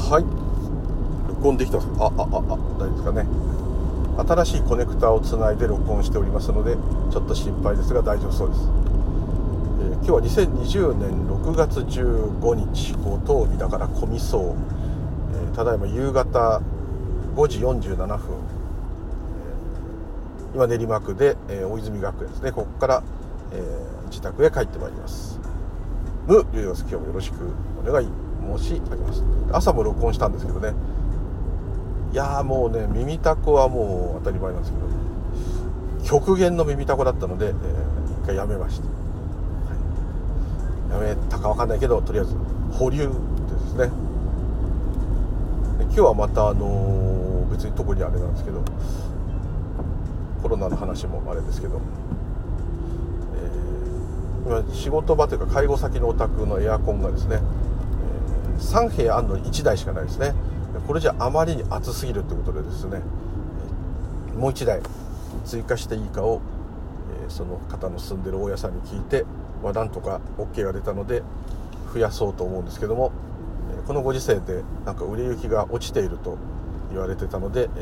はい、録音できてます。大丈夫ですかね。新しいコネクタをつないで録音しておりますのでちょっと心配ですが大丈夫そうです。今日は2020年6月15日ご当日だから混みそう、ただいま夕方5時47分、今練馬区で、大泉学園ですね。ここから、自宅へ帰ってまいります。今日もよろしくお願い申し上げます。朝も録音したんですけどね、いやーもうね、耳たこはもう当たり前なんですけど極限の耳たこだったので、一回やめました。やめたか分かんないけどとりあえず保留ですね。で今日はまた別に特にあれなんですけど、コロナの話もあれですけど、今仕事場というか介護先のお宅のエアコンがですね、3部屋あるのに1台しかないですね。これじゃあまりに暑すぎるということでですね、もう1台追加していいかを、その方の住んでる大家さんに聞いて、なんとか OK が出たので増やそうと思うんですけども、このご時世でなんか売れ行きが落ちていると言われてたので、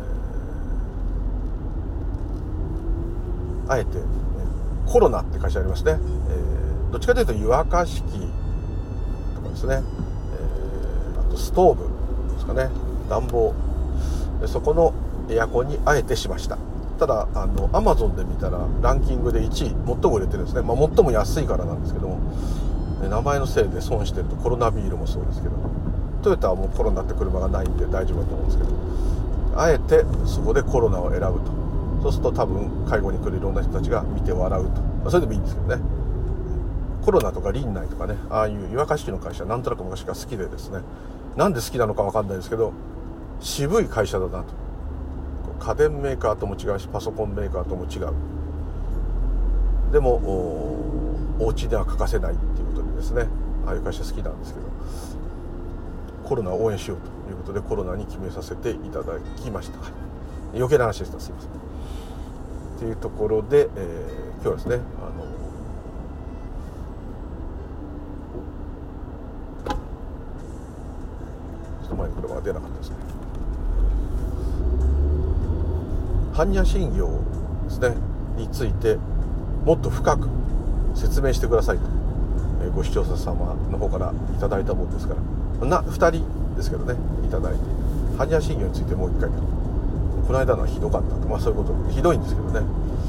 あえてコロナって会社ありますね、どっちかというと湯沸かし器とかですね、あとストーブですかね、暖房で、そこのエアコンにあえてしました。ただAmazon で見たらランキングで1位、最も売れてるんですね。最も安いからなんですけども、名前のせいで損してると、コロナビールもそうですけど、トヨタはもうコロナって車がないんで大丈夫だと思うんですけど、あえてそこでコロナを選ぶと。そうすると多分介護に来るいろんな人たちが見て笑うと、それでもいいんですけどね。コロナとかリンナイとかね、ああいう湯沸かし器の会社なんとなく昔から好きでですね、なんで好きなのか分かんないですけど渋い会社だなと。家電メーカーとも違うしパソコンメーカーとも違う。でもお家では欠かせないっていうことでですね、ああいう会社好きなんですけど、コロナを応援しようということでコロナに決めさせていただきました。余計な話でした。すいません。っていうところで、今日はですね、ちょっと前に車が出なかったですね。般若心経ですねについてもっと深く説明してくださいと、ご視聴者様の方からいただいたものですから、2人ですけどね、いただいて、般若心経についてもう一回と。この間のはひどかったと、そういうことひどいんですけどね、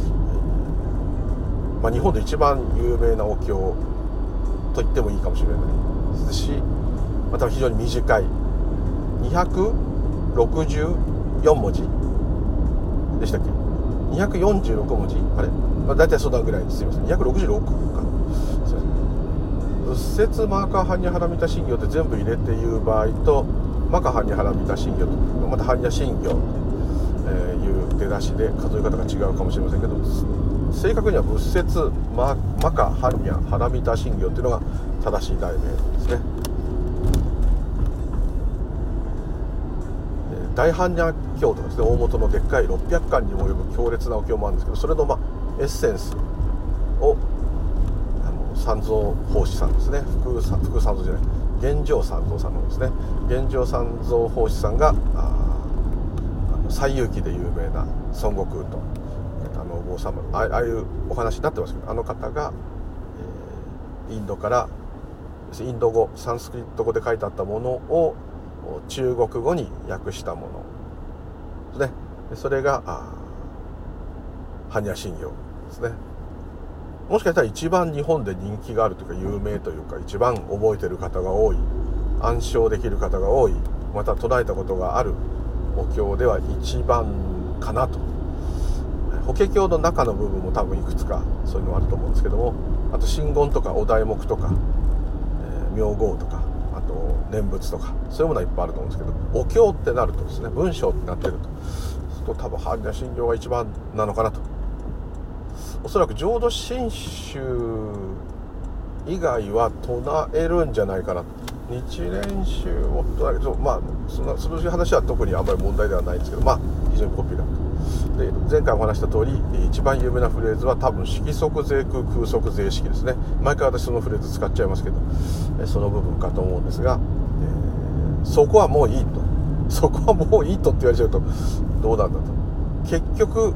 日本で一番有名なお経と言ってもいいかもしれないですし、また非常に短い264文字でしたっけ、246文字あれ、だいたいそんなぐらいです。すみません、266か、仏説マーカー般若波羅蜜多心経って全部入れて言う場合と、マカ般若波羅蜜多心経とまた般若心経という出だしで数え方が違うかもしれませんけど、正確には仏説マカ般若波羅蜜多心経っていうのが正しい題名ですね。大般若経とかですね、大元のでっかい600巻にも及ぶ強烈なお経もあるんですけど、それのエッセンスを三蔵法師さんですね、福三蔵じゃない、玄奘三蔵さんのですね、玄奘三蔵法師さんが西遊記で有名な孫悟空とお坊様、ああいうお話になってますけど、あの方が、インドからインド語サンスクリット語で書いてあったものを中国語に訳したものですね。それが般若心経ですね。もしかしたら一番日本で人気があるというか有名というか、一番覚えてる方が多い、暗唱できる方が多い、また唱えたことがあるお経では一番かなと。法華経の中の部分も多分いくつかそういうのあると思うんですけども、あと真言とかお題目とか、妙号とか、あと念仏とか、そういうものはいっぱいあると思うんですけど、お経ってなるとですね、文章ってなってると、そうすると多分般若心経が一番なのかなと。おそらく浄土真宗以外は唱えるんじゃないかな。日蓮宗を唱えると、その話は特にあんまり問題ではないんですけど、非常にポピュラーで、前回お話した通り一番有名なフレーズは多分色即是空空即是色ですね。毎回私そのフレーズ使っちゃいますけど、その部分かと思うんですが、 そこはもういいと、そこはもういいとって言われちゃうとどうなんだと、結局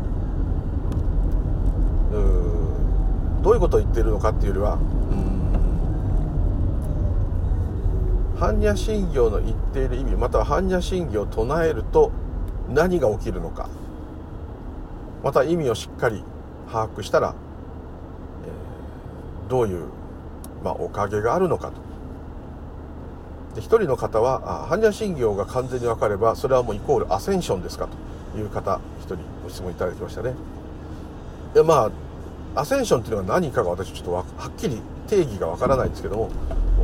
どういうことを言っているのかっていうよりは、般若心経の言っている意味、または般若心経を唱えると何が起きるのか、また意味をしっかり把握したら、どういう、おかげがあるのかと。で、一人の方は般若心経が完全に分かればそれはもうイコールアセンションですかという方、一人ご質問いただきましたね。で、アセンションっていうのが何かが私ちょっとはっきり定義が分からないんですけども、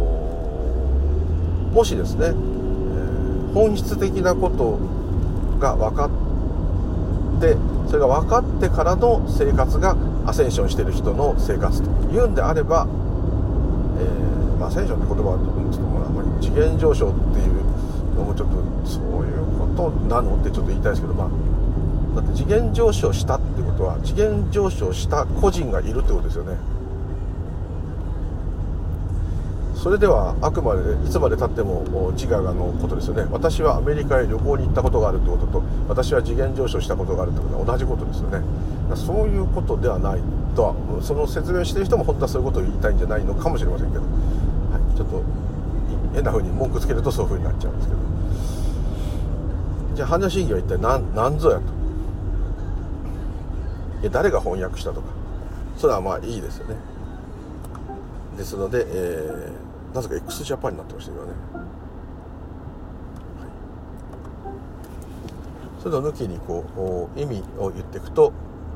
もしですね、本質的なことが分かって、それが分かってからの生活がアセンションしている人の生活というんであれば、アセンションって言葉はちょっとあんまり次元上昇っていうのもちょっとそういうことなのってちょっと言いたいですけど、だって次元上昇したってことは次元上昇した個人がいるってことですよね。それではあくまでいつまで経っても自我のことですよね。私はアメリカへ旅行に行ったことがあるってことと、私は次元上昇したことがあるってことは同じことですよね。そういうことではないとは、その説明をしている人も本当はそういうことを言いたいんじゃないのかもしれませんけど、ちょっと変な風に文句つけるとそういう風になっちゃうんですけど、じゃあ般若心経は一体何ぞやと。誰が翻訳したとか、それはまあいいですよね。ですので、なぜか x ジャパンになってましたけどね、それを抜きにこう意味を言っていくと、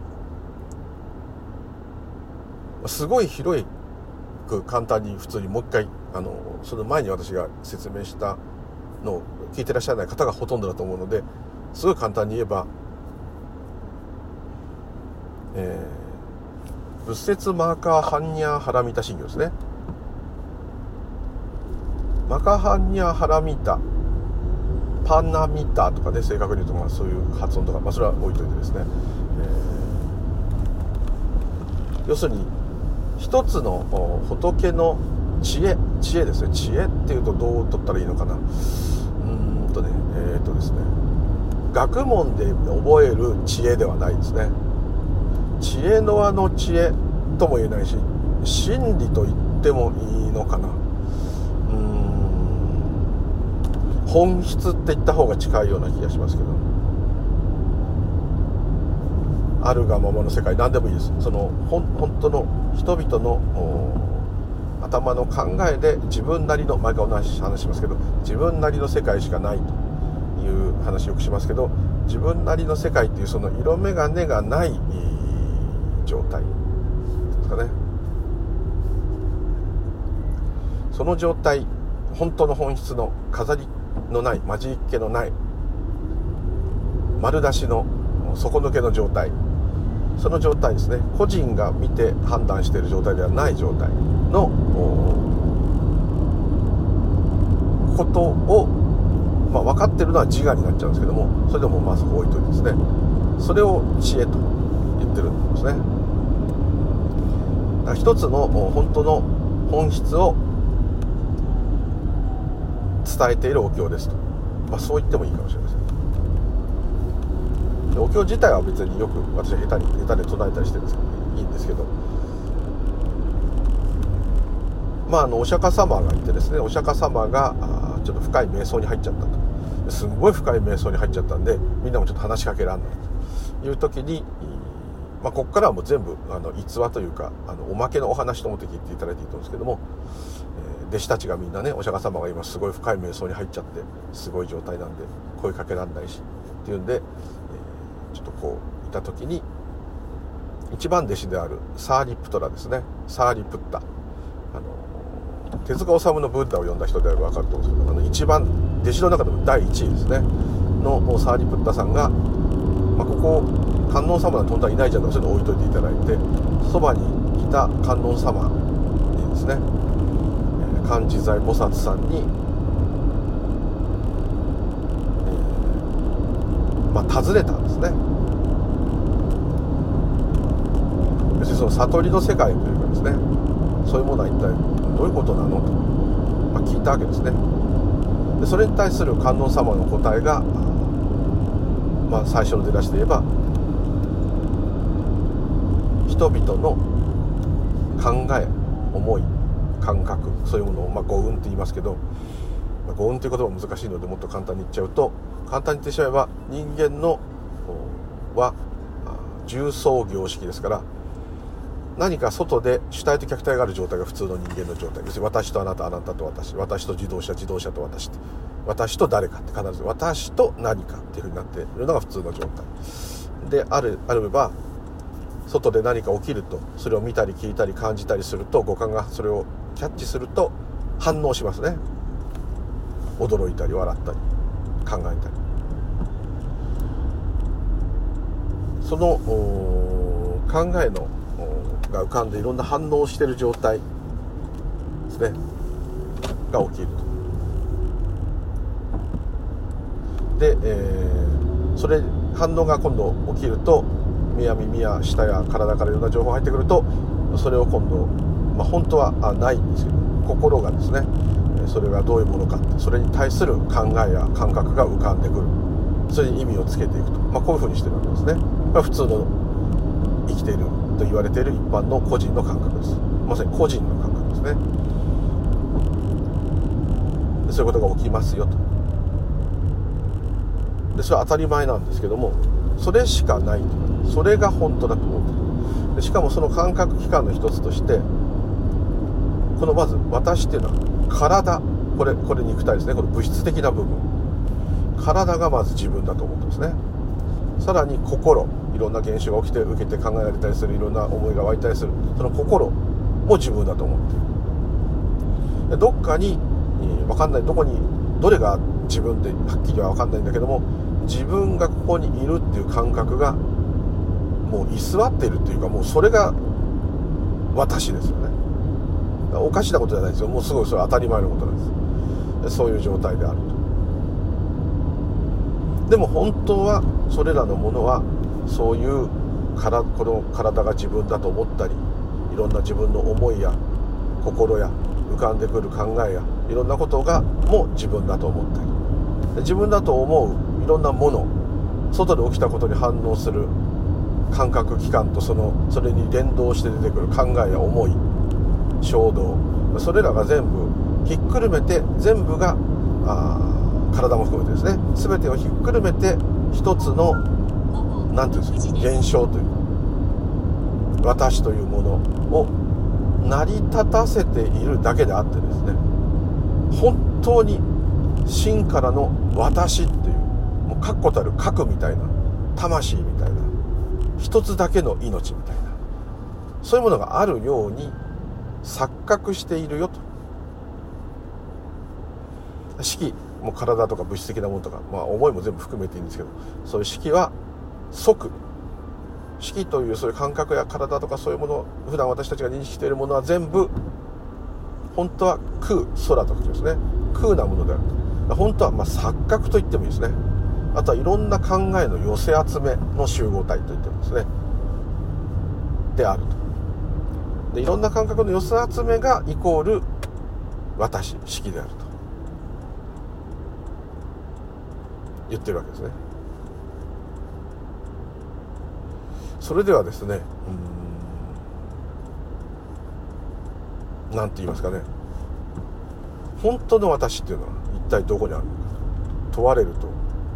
すごい広く簡単に普通にもう一回その前に私が説明したのを聞いてらっしゃらない方がほとんどだと思うので、すごい簡単に言えば、仏説マーカーハンニャーハラミタ心経ですね。マカハンニャーハラミタパナミタとかね、正確に言うとそういう発音とか、それは置いといてですね、要するに一つの仏の知恵ですね。知恵っていうとどう取ったらいいのかな。ですね、学問で覚える知恵ではないですね。知恵の輪の知恵とも言えないし、真理と言ってもいいのかな。本質って言った方が近いような気がしますけど、あるがままの世界、何でもいいです。その本当の人々の頭の考えで自分なりの、毎回同じ話しますけど、自分なりの世界しかないという話よくしますけど、自分なりの世界っていうその色眼鏡がない状態ですかね。その状態、本当の本質の飾りのない、混じりっ気のない、丸出しの底抜けの状態、その状態ですね。個人が見て判断している状態ではない状態のことを、分かっているのは自我になっちゃうんですけども、それでもそこ置いといてですね、それを知恵と言ってるんですね。だから一つの本当の本質を伝えているお経ですと、そう言ってもいいかもしれません。お経自体は別によく私は下手で唱えたりしてるんですけど、いいんですけど、お釈迦様がいてですね、お釈迦様がちょっと深い瞑想に入っちゃったと、すんごい深い瞑想に入っちゃったんで、みんなもちょっと話しかけらんないという時に、ここからはもう全部逸話というかおまけのお話と思って聞いていただいていいと思うんですけども、弟子たちがみんなね、お釈迦様が今すごい深い瞑想に入っちゃってすごい状態なんで声かけらんないしっていうんで、ちょっとこういた時に一番弟子であるサーリプトラですね、サーリプッタ、手塚治虫のブッダを読んだ人であれば分かると思うんですけど、一番弟子の中でも第1位ですねのサーリプッタさんが、ここ観音様なんて本当はいないじゃんと、そういうのを置いといていただいて、そばにいた観音様にですね、観自在菩薩さんに、尋ねたんですね。要するにその悟りの世界というかですね、そういうものは一体どういうことなのと、聞いたわけですね。 でそれに対する観音様の答えが、最初の出だしで言えば、人々の考え、思い、感覚、そういうものを、五運って言いますけど、五運という言葉は難しいのでもっと簡単に言っちゃうと、簡単に言ってしまえば人間のは重層業式ですから、何か外で主体と客体がある状態が普通の人間の状態です。私とあなた、あなたと私、私と自動車、自動車と私って、私と誰かって必ず私と何かっていう風になっているのが普通の状態であれば、外で何か起きると、それを見たり聞いたり感じたりすると、五感がそれをキャッチすると反応しますね。驚いたり笑ったり考えたり、その考えのが浮かんでいろんな反応をしている状態ですねが起きると。で、それ反応が今度起きると、目や耳や舌や体からいろんな情報が入ってくると、それを今度、本当はないんですけど、心がですね、それがどういうものかって、それに対する考えや感覚が浮かんでくる。それに意味をつけていくと、こういうふうにしてるわけですね。普通の生きていると言われている一般の個人の感覚です。まさに個人の感覚ですね。でそういうことが起きますよと。でそれは当たり前なんですけども、それしかないと、それが本当だと思ってる。でしかもその感覚器官の一つとして、このまず私っていうのは体、これ肉体ですね。この物質的な部分、体がまず自分だと思ってますね。さらに心、いろんな現象が起きて受けて考えられたりする、いろんな思いが湧いたりする、その心も自分だと思っている。でどっかに分かんない、どこにどれが自分ではっきりは分かんないんだけども、自分がここにいるっていう感覚がもう居座っているというか、もうそれが私ですよね。おかしなことじゃないですよ。もうすごいそれは当たり前のことなんです。そういう状態であると。でも本当はそれらのものはそういうこの体が自分だと思ったり、いろんな自分の思いや心や浮かんでくる考えやいろんなことがもう自分だと思ったり、自分だと思ういろんなもの、外で起きたことに反応する感覚器官とそれに連動して出てくる考えや思い、衝動、それらが全部ひっくるめて、全部が体も含めてですね、全てをひっくるめて一つのなんていうんですか、現象という私というものを成り立たせているだけであってですね、本当に真からの私っていう、もう確固たる核みたいな、魂みたいな、一つだけの命みたいな、そういうものがあるように錯覚しているよと。色もう体とか物質的なものとか、思いも全部含めていいんですけど、そういう色は即、色というそういう感覚や体とかそういうもの、普段私たちが認識しているものは全部本当は空、空と書きますね。空なものであると。本当は錯覚と言ってもいいですね。あとはいろんな考えの寄せ集めの集合体と言ってもですね、であると。でいろんな感覚の寄せ集めがイコール私、色であると言ってるわけですね。それではですね、なんて言いますかね、本当の私っていうのは一体どこにあるのかと問われると、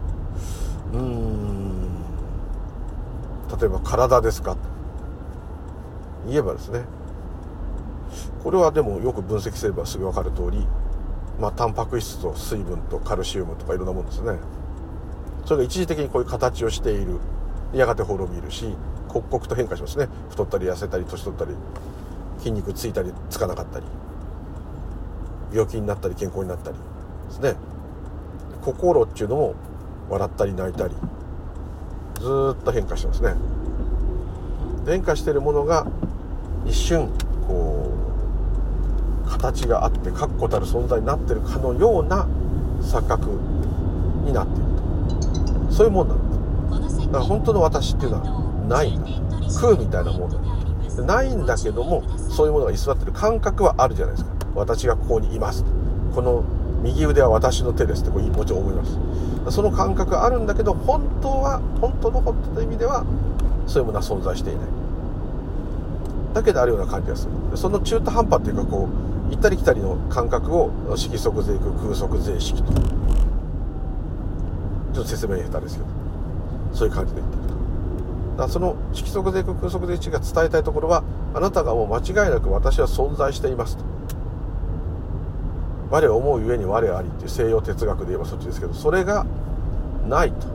例えば体ですかと言えばですね、これはでもよく分析すればすぐ分かる通り、タンパク質と水分とカルシウムとかいろんなものですね。それが一時的にこういう形をしている、やがて滅びるし、刻々と変化しますね。太ったり痩せたり年取ったり、筋肉ついたりつかなかったり、病気になったり健康になったりですね。心っていうのも笑ったり泣いたりずっと変化してますね。変化しているものが一瞬こう形があって確固たる存在になっているかのような錯覚になっていると、そういうもんなんです。だから本当の私っていうのはないんだ、空みたいなものないんだけども、そういうものが居座っている感覚はあるじゃないですか。私がここにいます、この右腕は私の手ですってもちろん思います。その感覚があるんだけど、本当の意味ではそういうものは存在していないだけであるような感じがする。その中途半端っていうか、行ったり来たりの感覚を色即是空、空即是色と、ちょっと説明下手ですけど、そういう感じで言っていると。だからその色即是空、空即是色が伝えたいところは、あなたがもう間違いなく私は存在していますと。我を思うゆえに我ありっていう西洋哲学で言えばそっちですけど、それがないと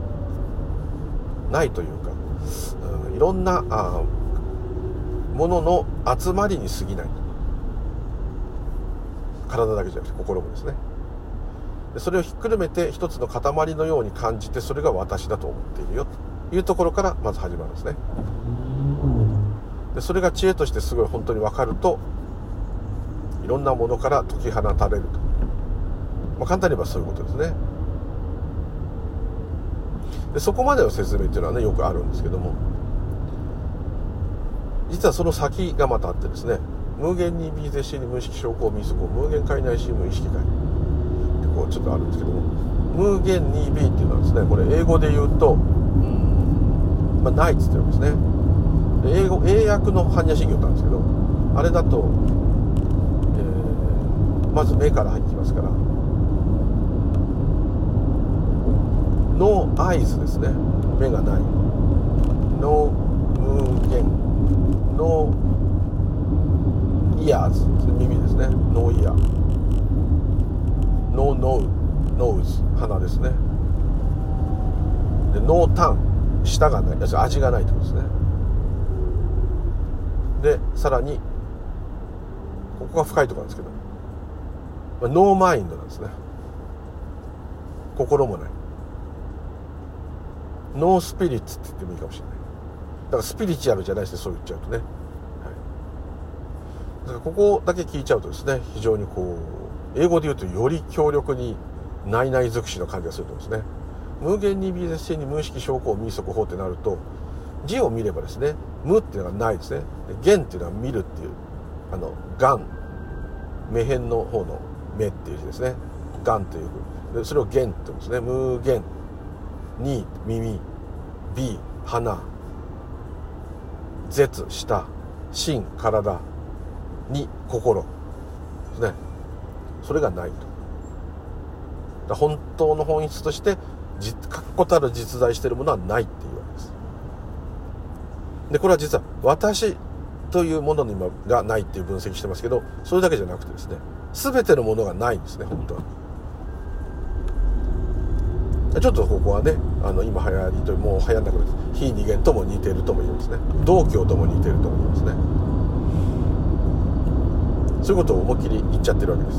いうか、いろんなものの集まりに過ぎない。体だけじゃなくて心もですね。でそれをひっくるめて一つの塊のように感じて、それが私だと思っているよというところからまず始まるんですね。でそれが知恵としてすごい本当に分かると、いろんなものから解き放たれると、簡単に言えばそういうことですね。でそこまでの説明っていうのはね、よくあるんですけども、実はその先がまたあってですね、無限に微絶心に無意識証拠未速無限界内心無意識界ってちょっとあるんですけども、無限に B っていうのはですね、これ英語で言うとないっつってるわけですね。で英訳の般若心経なんですけど、あれだと、まず目から入ってきますから、ノーアイズですね。目がない。ノー無限。ノーイヤーズ、耳ですね。ノーイヤー。ノーズ、鼻ですね。でノータン、舌がない、味がないってことですね。でさらにここが深いところなんですけど、ノーマインドなんですね。心もない。ノースピリッツって言ってもいいかもしれない。だからスピリチュアルじゃないですね、そう言っちゃうとね。はい、だからここだけ聞いちゃうとですね、非常に英語で言うとより強力に内々尽くしの感じがすると思うんですね。無限に微絶性に無意識証拠未速法ってなると、字を見ればですね、無っていうのがないですね。限っていうのは見るっていう、眼、目辺の方の目っていう字ですね。眼というで、それを限って言うんですね。無限に耳、B 鼻、舌舌、心体に心ですね。それがないと。本当の本質として確固たる実在しているものはないっていうわけです。でこれは実は私というものがないっていう分析してますけど、それだけじゃなくてですね、全てのものがないんですね、本当は。ちょっとここはね、今流行りという、もう流行んなくなって非二元とも似ているとも言いますね。道教とも似ているとも言いますね。そういうことを思いっきり言っちゃってるわけです。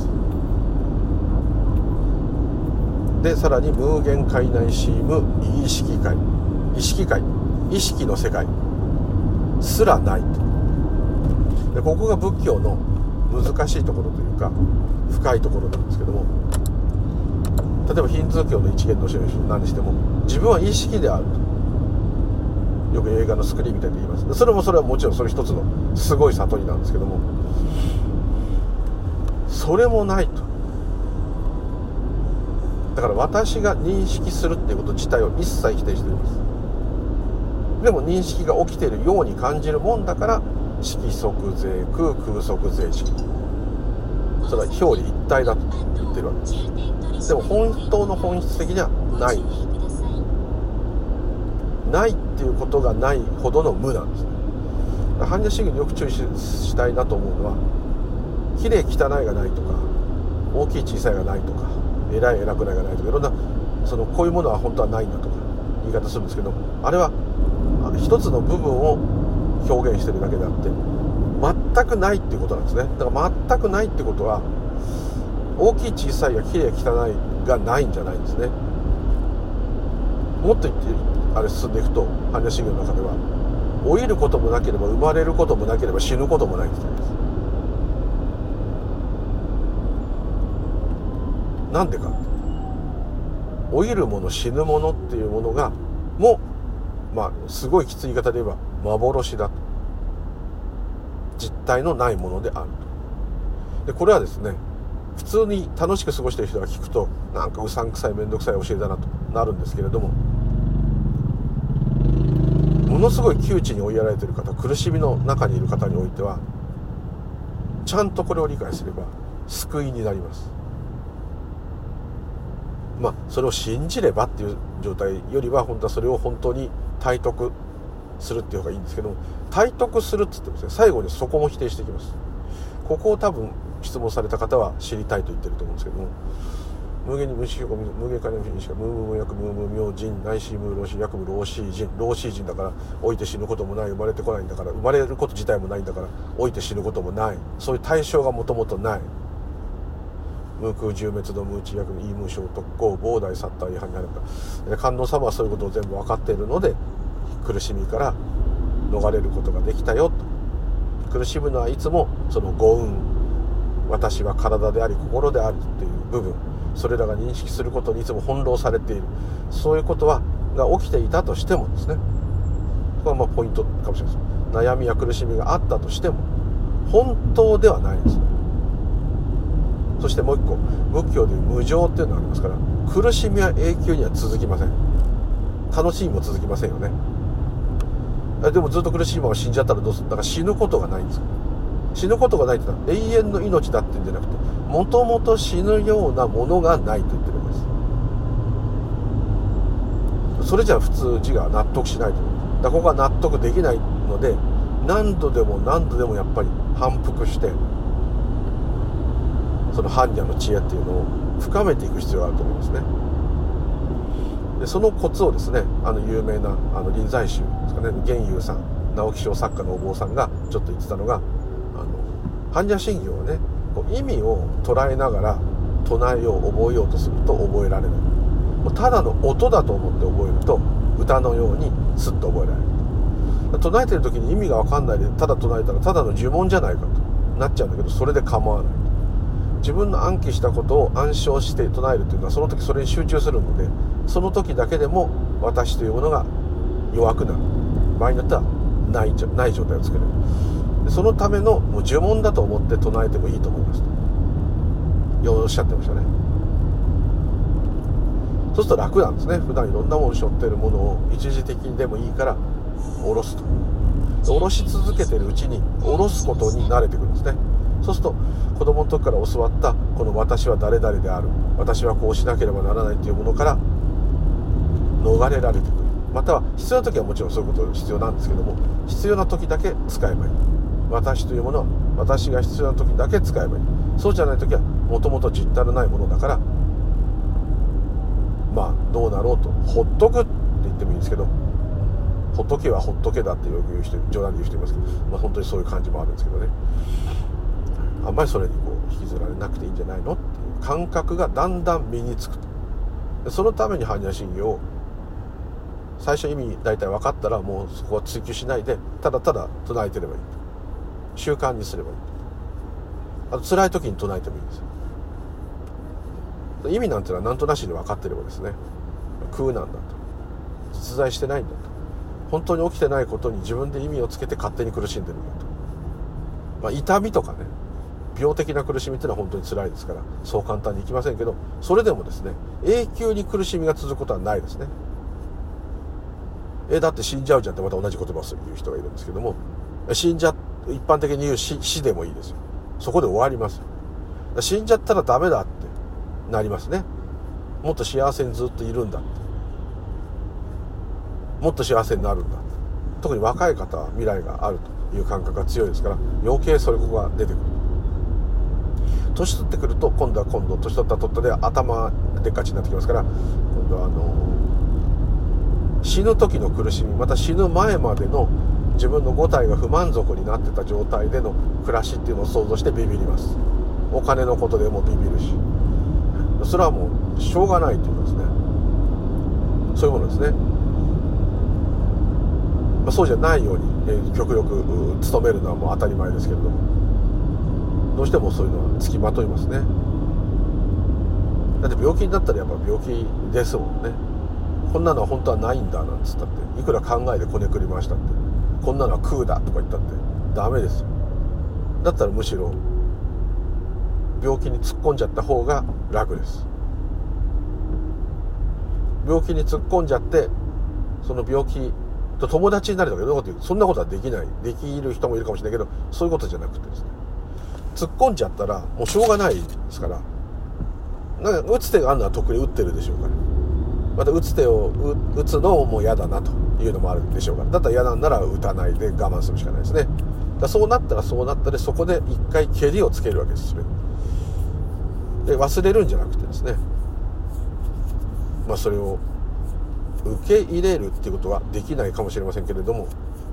でさらに無限界内シーム意識界、意識界、意識の世界すらないと。でここが仏教の難しいところというか深いところなんですけども、例えばヒンズー教の一元の教えを何にしても自分は意識であると、よく映画のスクリーンみたいに言います。それはもちろんそれ一つのすごい悟りなんですけども、それもないと。だから私が認識するっていうこと自体を一切否定しています。でも認識が起きているように感じるもんだから、色即是空、空即是色、それは表裏一体だと言ってるわけです。でも本当の本質的にはないんです。ないっていうことがないほどの無なんですね。般若心経によく注意したいなと思うのは、綺麗汚いがないとか、大きい小さいがないとか、偉い偉くないがないとか、いろんなこういうものは本当はないんだとか言い方するんですけど、あれは一つの部分を表現してるだけであって全くないっていうことなんですね。だから全くないってことは、大きい小さいや綺麗汚いがないんじゃないんですね。もっと言って進んでいくと、般若心経の中では老いることもなければ生まれることもなければ死ぬこともないんです。なんでか、老いるもの死ぬものっていうものがすごいきつい言い方で言えば幻だと、実体のないものであると。でこれはですね、 普通に楽しく過ごしている人が聞くとなんかうさんくさいめんどくさい教えだなとなるんですけれども、ものすごい窮地に追いやられている方、苦しみの中にいる方においてはちゃんとこれを理解すれば救いになります。それを信じればっていう状態よりは本当はそれを本当に体得するっていう方がいいんですけども、体得するって言ってもですね、最後にそこも否定してきます。ここを多分質問された方は知りたいと言ってると思うんですけども、無限に無視無限化に無しか無無無薬無無明人内視無老死薬無老死人、老死人だから老いて死ぬこともない、生まれてこないんだから、生まれること自体もないんだから老いて死ぬこともない、そういう対象がもともとない。無空十滅の無知薬無無償特攻膨大殺体違反に入るんだ。観音様はそういうことを全部分かっているので苦しみから逃れることができたよと。苦しむのはいつもその五運、私は体であり心であるっていう部分、それらが認識することにいつも翻弄されている、そういうことが起きていたとしてもですね、これはポイントかもしれません。悩みや苦しみがあったとしても本当ではないんです。そしてもう一個、仏教でいう無常っていうのがありますから、苦しみは永久には続きません。楽しみも続きませんよね。でもずっと苦しいまま死んじゃったらどうする？だから死ぬことがないんです。死ぬことがないってのは永遠の命だって言うんじゃなくて、もともと死ぬようなものがないと言ってるんです。それじゃあ普通自我は納得しないと思う。だからここは納得できないので、何度でも何度でもやっぱり反復してその般若の知恵っていうのを深めていく必要があると思いますね。でそのコツをですね、有名な臨済宗ですかね、玄祐さん、直木賞作家のお坊さんがちょっと言ってたのが、般若心経をね、こう意味を捉えながら唱えよう覚えようとすると覚えられない。もうただの音だと思って覚えると歌のようにスッと覚えられる。唱えてる時に意味が分かんないでただ唱えたらただの呪文じゃないかとなっちゃうんだけど、それで構わない。自分の暗記したことを暗唱して唱えるというのはその時それに集中するので、その時だけでも私というものが弱くなる、場合によってはない状態を作れる。そのためのもう呪文だと思って唱えてもいいと思いますとおっしゃってましたね。そうすると楽なんですね。普段いろんなものを背負っているものを一時的にでもいいから下ろすと。下ろし続けているうちに下ろすことに慣れてくるんですね。そうすると子供の時から教わったこの私は誰々である、私はこうしなければならないというものから逃れられてくる。または必要な時はもちろんそういうこと必要なんですけども、必要な時だけ使えばいい。私というものは私が必要な時だけ使えばいい。そうじゃない時はもともと実体のないものだから、どうなろうとほっとくって言ってもいいんですけど、ほっとけはほっとけだってよく言う人、冗談で言う人いますけど、本当にそういう感じもあるんですけどね。あんまりそれにこう引きずられなくていいんじゃないのっていう感覚がだんだん身につくと。でそのために般若心経を最初意味大体分かったらもうそこは追求しないでただただ唱えてればいい。習慣にすればいい。あと辛い時に唱えてもいいんですよ。意味なんていうのはなんとなしに分かってればですね、空なんだと、実在してないんだと、本当に起きてないことに自分で意味をつけて勝手に苦しんでるんだと。痛みとかね、病的な苦しみっていうのは本当に辛いですからそう簡単にいきませんけど、それでもですね永久に苦しみが続くことはないですね。だって死んじゃうじゃんってまた同じ言葉を言う人がいるんですけども、一般的に言う死でもいいですよ。そこで終わりますよ。死んじゃったらダメだってなりますね。もっと幸せにずっといるんだって、もっと幸せになるんだって。特に若い方は未来があるという感覚が強いですから余計それここが出てくる。年取ってくると今度は年取ったで頭でっかちになってきますから、今度は死ぬ時の苦しみ、また死ぬ前までの自分の五体が不満足になってた状態での暮らしっていうのを想像してビビります。お金のことでもビビるし、それはもうしょうがないというかですね、そういうものですね。そうじゃないように、極力努めるのはもう当たり前ですけれども、どうしてもそういうのはつきまといますね。だって病気になったらやっぱ病気ですもんね。こんなのは本当はないんだなんつったっていくら考えでこねくり回したって、こんなのは空だとか言ったってダメですよ。だったらむしろ病気に突っ込んじゃった方が楽です。病気に突っ込んじゃってその病気と友達になるとかいろんなこと言う、そんなことはできない、できる人もいるかもしれないけど、そういうことじゃなくてですね、突っ込んじゃったらもうしょうがないですから、なんか打つ手があるのはとっくに打ってるでしょうから、また打つ手を打つのも嫌だなというのもあるでしょうから、だったら嫌なんなら打たないで我慢するしかないですね。だそうなったらそうなったで、そこで一回蹴りをつけるわけです。で忘れるんじゃなくてですね、それを受け入れるっていうことはできないかもしれませんけれども、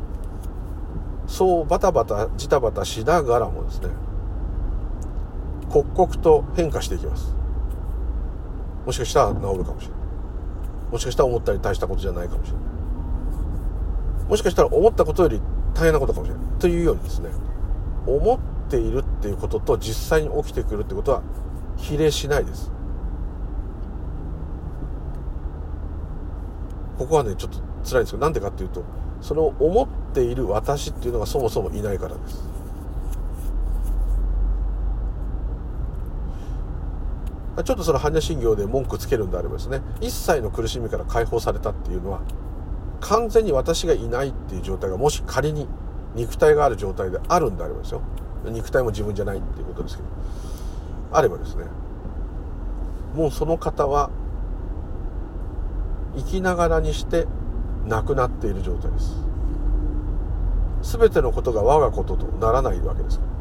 そうバタバタジタバタしながらもですね、刻々と変化していきます。もしかしたら治るかもしれない、もしかしたら思ったより大したことじゃないかもしれない、もしかしたら思ったことより大変なことかもしれないというようにですね、思っているっていうことと実際に起きてくるってことは比例しないです。ここはねちょっと辛いんですけど、なんでかっていうと、その思っている私っていうのがそもそもいないからです。ちょっとその般若心経で文句つけるんであればですね、一切の苦しみから解放されたっていうのは、完全に私がいないっていう状態が、もし仮に肉体がある状態であるんであればですよ、肉体も自分じゃないっていうことですけど、あればですね、もうその方は生きながらにして亡くなっている状態です。全てのことが我がこととならないわけですから、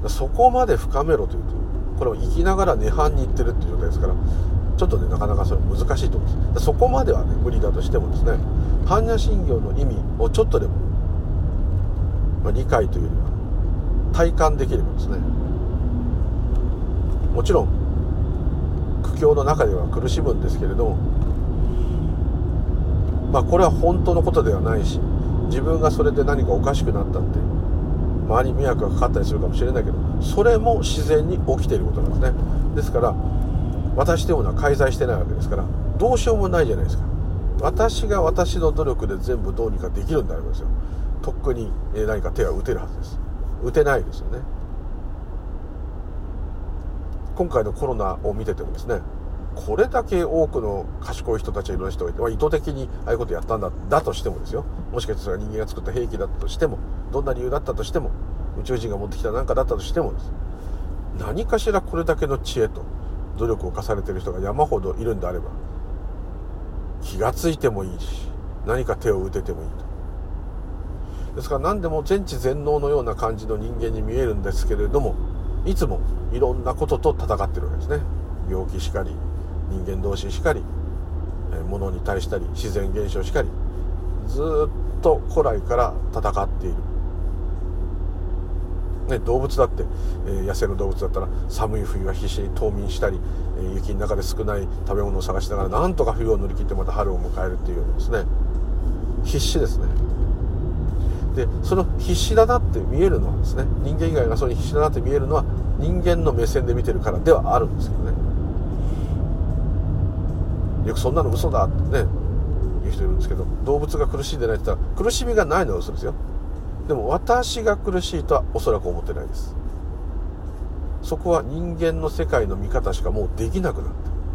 そこまで深めろというと、これは生きながら涅槃に行ってるっていう状態ですから、ちょっとねなかなかそれ難しいと思います。そこまではね無理だとしてもですね、般若心経の意味をちょっとでも、理解というよりは体感できればですね、もちろん苦境の中では苦しむんですけれども、これは本当のことではないし、自分がそれで何かおかしくなったって周りに迷惑がかかったりするかもしれないけど、それも自然に起きていることなんですね。ですから私というものは介在してないわけですから、どうしようもないじゃないですか。私が私の努力で全部どうにかできるんでありますよ。とっくに何か手は打てるはずです。打てないですよね。今回のコロナを見ててもですね、これだけ多くの賢い人たち、いろんな人がいて、意図的にああいうことやったんだとしてもですよ、もしかしてそれは人間が作った兵器だったとしても、どんな理由だったとしても、宇宙人が持ってきた何かだったとしてもです、何かしらこれだけの知恵と努力を重ねている人が山ほどいるんであれば、気がついてもいいし、何か手を打ててもいいと。ですから何でも全知全能のような感じの人間に見えるんですけれども、いつもいろんなことと戦ってるわけですね。病気しかり、人間同士しかり、物に対したり、自然現象しかり、ずっと古来から戦っている、動物だって、野生の動物だったら寒い冬は必死に冬眠したり、雪の中で少ない食べ物を探しながらなんとか冬を乗り切ってまた春を迎えるっていうようなですね、必死ですね。でその必死だなって見えるのはですね、人間以外がそれに必死だなって見えるのは人間の目線で見てるからではあるんですけどね。よくそんなの嘘だってね言う人いるんですけど、動物が苦しんでないって言ったら苦しみがないのは嘘ですよ。でも私が苦しいとはおそらく思ってないです。そこは人間の世界の見方しかもうできなくなって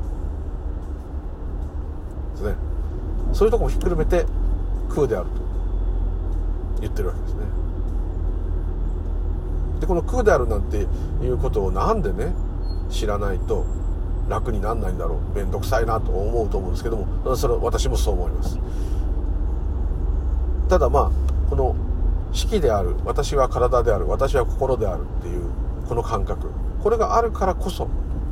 ですね。そういうところもひっくるめて空であると言ってるわけですね。でこの空であるなんていうことをなんでね知らないと楽になんないんだろう、めんどくさいなと思うと思うんですけども、それは私もそう思います。ただこの識である、私は体である、私は心であるっていうこの感覚、これがあるからこそ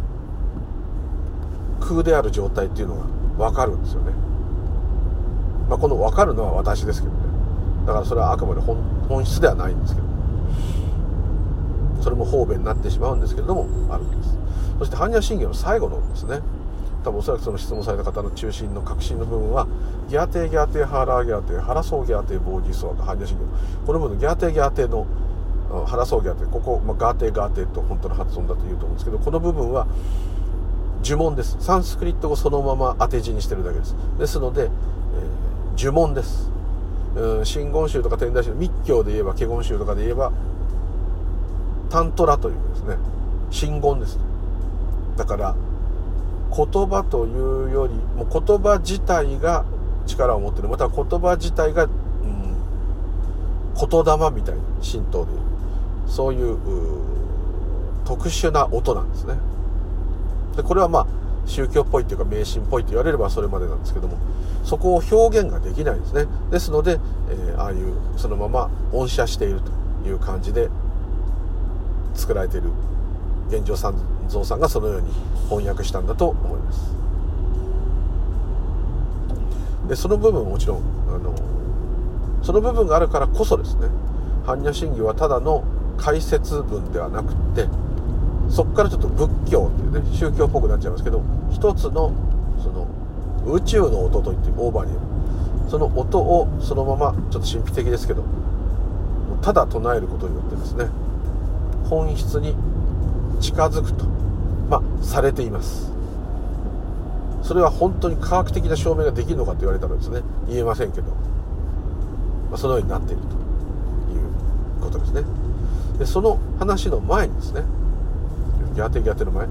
空である状態っていうのが分かるんですよね。この分かるのは私ですけどね。だからそれはあくまで 本質ではないんですけど、それも方便になってしまうんですけれどもあるんです。そして般若心経の最後のですね、多分おそらくその質問された方の中心の核心の部分はギャーテーギャーテーハラーギャーテーハラソーギャーテーボージソーと般若心経、この部分のギャーテーギャーテーのハラソーギャーテー、ここ、ガーテーガーテーと本当の発音だと言うと思うんですけど、この部分は呪文です。サンスクリット語そのまま当て字にしてるだけです。ですので、呪文です。真言宗とか天台宗、密教で言えば華厳宗とかで言えばタントラというですね真言です。だから言葉というよりも言葉自体が力を持っている、または言葉自体が、言霊みたいな神道でいうそういう特殊な音なんですね。でこれはまあ宗教っぽいというか迷信っぽいと言われればそれまでなんですけども、そこを表現ができないんですね。ですので、ああいうそのまま音写しているという感じで作られている。玄奘三蔵さんがそのように翻訳したんだと思います。でその部分もちろんその部分があるからこそですね、般若心経はただの解説文ではなくて、そこからちょっと仏教というね宗教っぽくなっちゃいますけど、一つのその宇宙の音といってオーバーにその音をそのままちょっと神秘的ですけどただ唱えることによってですね、本質に近づくと、されています。それは本当に科学的な証明ができるのかと言われたらですね、言えませんけど、そのようになっているということですね。でその話の前にですね、ギャテの前、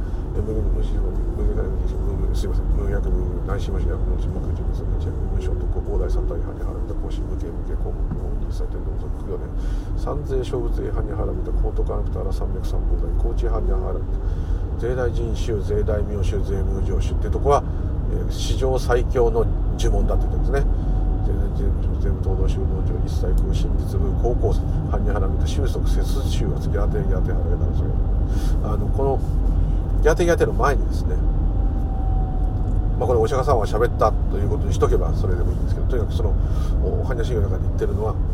すいません、無薬無内心無薬無心無空中無心無衝突広大殺体派に払った更新無形無形項目の本人祭典の属苦行で三税小仏派に払った高等科学たら三脈三宝大高知派に払った税大人衆税大名衆税無上衆ってとこは、史上最強の呪文だって言ってるんですね。税務東道収納上一切空真実部高校藩に払った収束節収圧ギャテ払えたらそれこのギャテの前にですね、これお釈迦さんは喋ったということにしとけばそれでもいいんですけど、とにかくその般若心経の中で言ってるのは、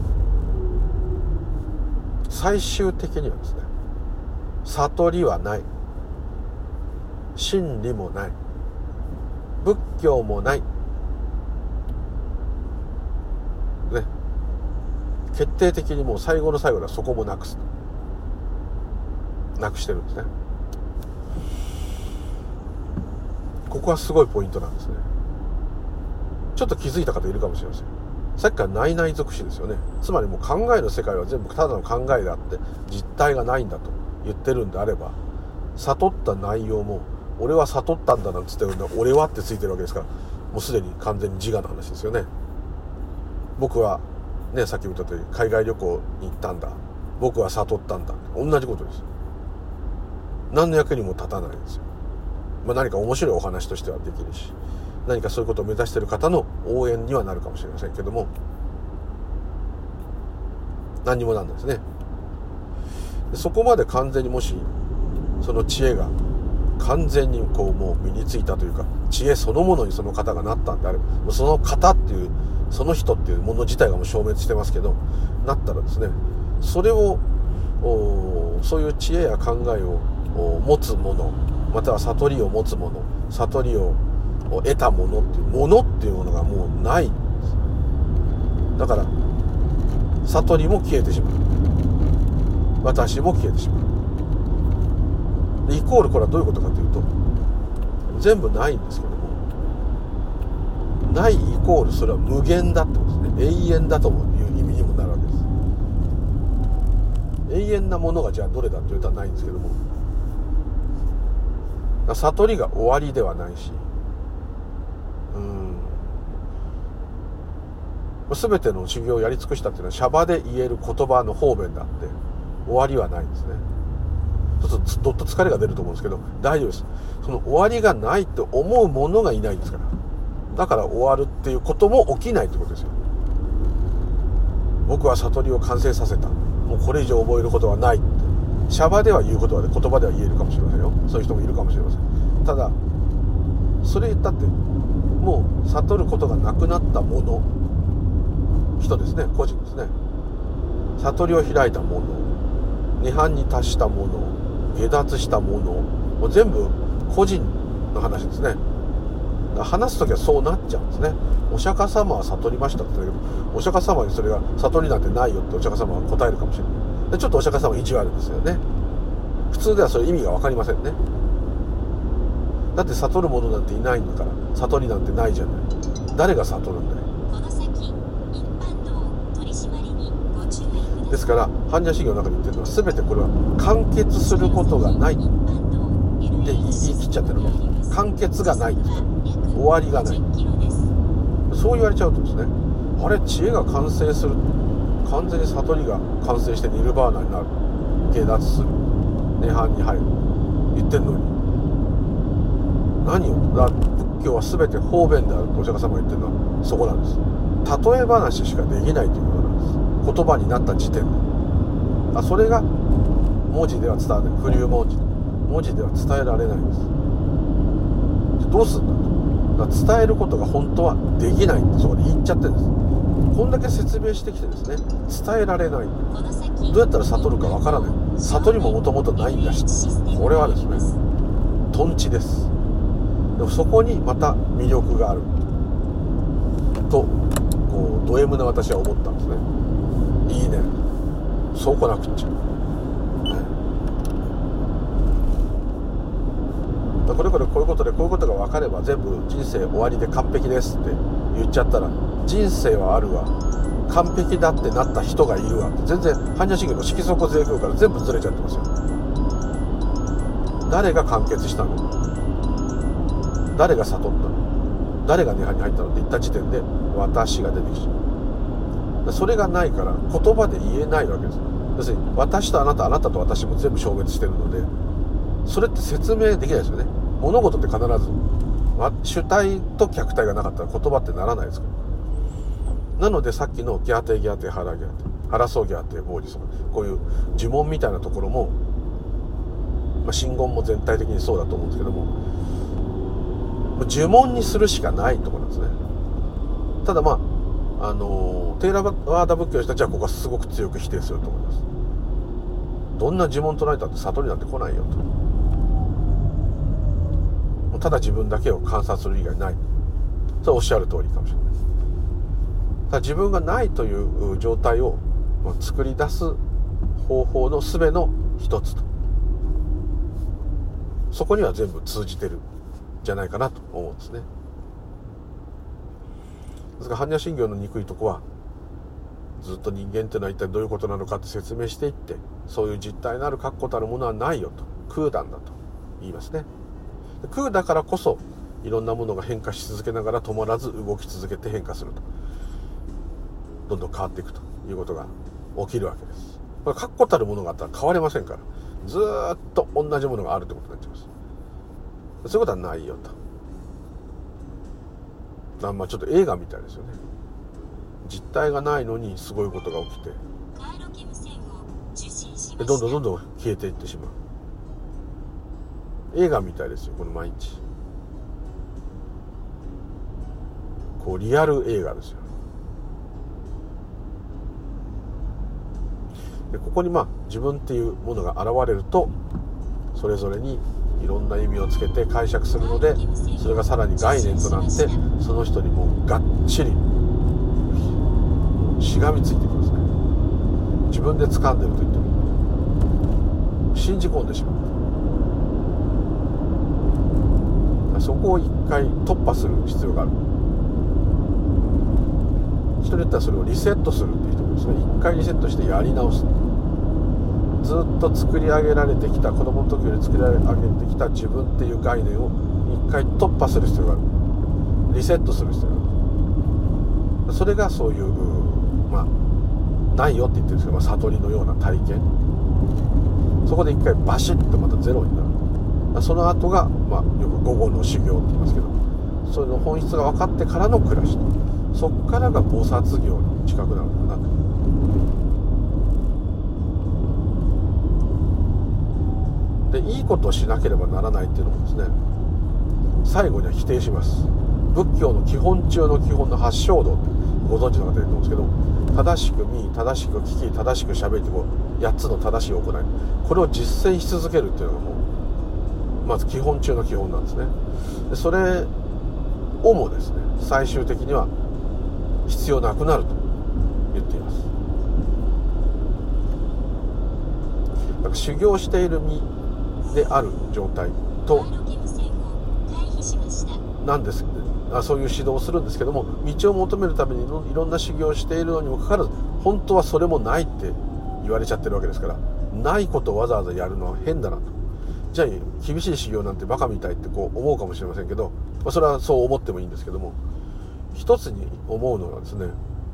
最終的にはですね、悟りはない、真理もない、仏教もない、ね、決定的にもう最後の最後ではそこもなくしてるんですね。ここはすごいポイントなんですね。ちょっと気づいた方いるかもしれません。さっきから内々属詞ですよね。つまりもう考えの世界は全部ただの考えであって実体がないんだと言ってるんであれば、悟った内容も俺は悟ったんだなんつってるんで、俺はってついてるわけですから、もうすでに完全に自我の話ですよね。僕はね、さっき言った通り海外旅行に行ったんだ、僕は悟ったんだ、同じことです。何の役にも立たないんですよ。何か面白いお話としてはできるし、何かそういうことを目指している方の応援にはなるかもしれませんけども、何にもなんないですね。そこまで完全にもしその知恵が完全にもう身についたというか、知恵そのものにその方がなったんであれば、もうその方っていうその人っていうもの自体がもう消滅してますけど、なったらですね、それをそういう知恵や考えを持つもの、または悟りを持つもの、悟りを得たものっていうものがもうないんです。だから悟りも消えてしまう、私も消えてしまう。でイコールこれはどういうことかというと、全部ないんですけども、ないイコールそれは無限だってことですね。永遠だという意味にもなるわけです。永遠なものがじゃあどれだと言うとはないんですけども、悟りが終わりではないし、全ての修行をやり尽くしたっていうのはシャバで言える言葉の方便であって終わりはないんですね。ちょっとどっと疲れが出ると思うんですけど大丈夫です。その終わりがないと思うものがいないんですから、だから終わるっていうことも起きないってことですよ。僕は悟りを完成させた、もうこれ以上覚えることはないってシャバでは言うことは言葉では言えるかもしれませんよ。そういう人もいるかもしれません。ただそれ言ったってもう悟ることがなくなったもの、人ですね、個人ですね、悟りを開いたもの、涅槃に達したもの、下脱したもの、もう全部個人の話ですね。話すときはそうなっちゃうんですね。お釈迦様は悟りましたって言ったけど、お釈迦様にそれが悟りなんてないよってお釈迦様は答えるかもしれない。でちょっとお釈迦様意地悪ですよね。普通ではそれ意味が分かりませんね。だって悟るものなんていないんだから、悟りなんてないじゃない。誰が悟るんだよ。 ですから般若心経の中で言ってるのは全てこれは完結することがないって言い切っちゃってるわけです。完結がない、終わりがない、そう言われちゃうとですね、あれ知恵が完成する、完全に悟りが完成してニルバーナになる、下脱する、涅槃に入る言ってんのに何を、だから仏教は全て方便であるとお釈迦様が言ってるのはそこなんです。例え話しかできないということなんです。言葉になった時点で、それが文字では伝わらない、浮遊文字、文字では伝えられないんです。どうするんだと、だから伝えることが本当はできないってそこで言っちゃってるんです。こんだけ説明してきてですね、伝えられない、どうやったら悟るかわからない、悟りももともとないんだし、これはですねトンチです。でもそこにまた魅力があると、こうド M な私は思ったんですね。いいね、そうこなくっちゃ、これこれこういうことでこういうことが分かれば全部人生終わりで完璧ですって言っちゃったら、人生はあるわ、完璧だってなった人がいるわって、全然般若心経の色即是空から全部ずれちゃってますよ。誰が完結したの、誰が悟ったの、誰が涅槃に入ったのって言った時点で私が出てきちゃう。それがないから言葉で言えないわけです。要するに私とあなた、あなたと私も全部消滅してるので、それって説明できないですよね。物事って必ず主体と客体がなかったら言葉ってならないですから。なのでさっきのギャーテギャーテハラギャーテハラソギャーテボージソ、こういう呪文みたいなところも、真言も全体的にそうだと思うんですけども、呪文にするしかないところなんですね。ただテーラワーダ仏教の人たちはここはすごく強く否定すると思います。どんな呪文唱えたって悟りなんて来ないよと、ただ自分だけを観察する以外ない、それはおっしゃる通りかもしれないです。ただ自分がないという状態を作り出す方法の術の一つと、そこには全部通じてるんじゃないかなと思うんですね。ですから般若心経の憎いとこは、ずっと人間っていうのは一体どういうことなのかって説明していって、そういう実体のある確固たるものはないよと、空談だと言いますね。空だからこそいろんなものが変化し続けながら止まらず動き続けて変化すると、どんどん変わっていくということが起きるわけです。確固たるものがあったら変われませんから、ずっと同じものがあるってことになっちゃいます。そういうことはないよと。ちょっと映画みたいですよね。実体がないのにすごいことが起きて、でどんどん消えていってしまう。映画みたいですよ、この毎日。こうリアル映画ですよ。でここに自分っていうものが現れると、それぞれにいろんな意味をつけて解釈するので、それがさらに概念となって、その人にもうがっちりしがみついてきますね。自分で掴んでると言っても信じ込んでしまう。そこを一回突破する必要がある。人によってはそれをリセットするっていう人もですね、一回リセットしてやり直す。ずっと作り上げられてきた、子供の時より作り上げてきた自分っていう概念を一回突破する必要がある。リセットする必要がある。それがそういうないよって言ってるんですけど、悟りのような体験、そこで一回バシッとまたゼロになる。その後が、よく午後の修行って言いますけど、それの本質が分かってからの暮らしと、そこからが菩薩行に近くなるのかなと。でいいことをしなければならないっていうのもですね、最後には否定します。仏教の基本中の基本の八正道ってご存知の方いると思うんですけど、正しく見、正しく聞き、正しく喋って、8つの正しい行い、これを実践し続けるっていうのがもうまず基本中の基本なんですね。でそれをもですね、最終的には必要なくなると言っています。だから修行している身である状態となんです、そういう指導をするんですけども、道を求めるためにいろんな修行をしているのにもかかわらず、本当はそれもないって言われちゃってるわけですから、ないことをわざわざやるのは変だなと。じゃあ厳しい修行なんてバカみたいってこう思うかもしれませんけど、それはそう思ってもいいんですけども、一つに思うのはですね、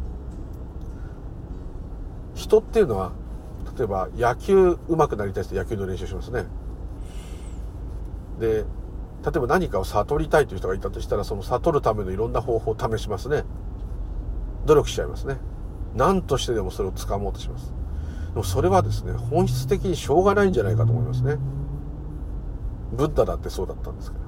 人っていうのは例えば野球上手くなりたい人野球の練習しますね。で例えば何かを悟りたいという人がいたとしたら、その悟るためのいろんな方法を試しますね。努力しちゃいますね。何としてでもそれを掴もうとします。でもそれはですね、本質的にしょうがないんじゃないかと思いますね。ブッダだってそうだったんですから。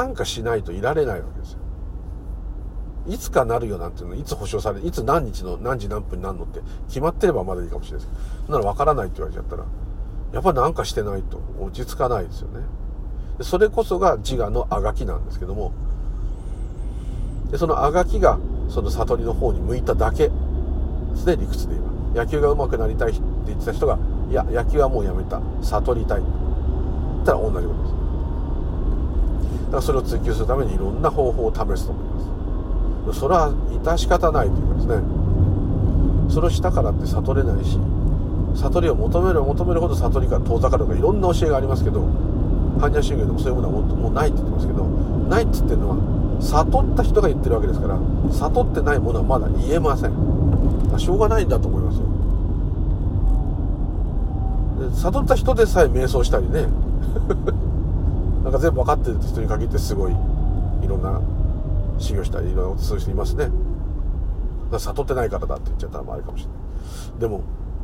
なんかしないといられないわけですよ。いつかなるよなんていうのいつ保証される、いつ何日の何時何分になるのって決まってればまだいいかもしれないですけど、そんなの分からないって言われちゃったら、やっぱなんかしてないと落ち着かないですよね。でそれこそが自我のあがきなんですけども、でそのあがきがその悟りの方に向いただけですね。理屈で言えば野球が上手くなりたいって言ってた人が、いや野球はもうやめた、悟りたいって言ったら同じことです。だからそれを追求するためにいろんな方法を試すと思います。それは致し方ないというかですね、それをしたからって悟れないし、悟りを求めれば求めるほど悟りから遠ざかるとかいろんな教えがありますけど、般若心経でもそういうものはもうないって言ってますけど、ないって言ってるのは悟った人が言ってるわけですから、悟ってないものはまだ言えません。しょうがないんだと思いますよ。で悟った人でさえ瞑想したりねなんか全部分かってる人に限ってすごいいろんな修行したりいろんなことする人いますね。だから悟ってないからだって言っちゃったらあれかもしれない。でも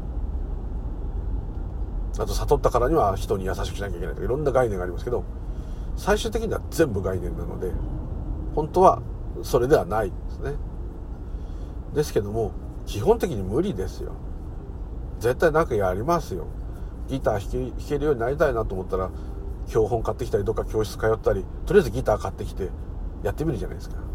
あと悟ったからには人に優しくしなきゃいけないとかいろんな概念がありますけど、最終的には全部概念なので本当はそれではないんですね。ですけども基本的に無理ですよ。絶対何かやりますよ。ギター弾けるようになりたいなと思ったら教本買ってきたり、どっか教室通ったり、とりあえずギター買ってきてやってみるじゃないですか。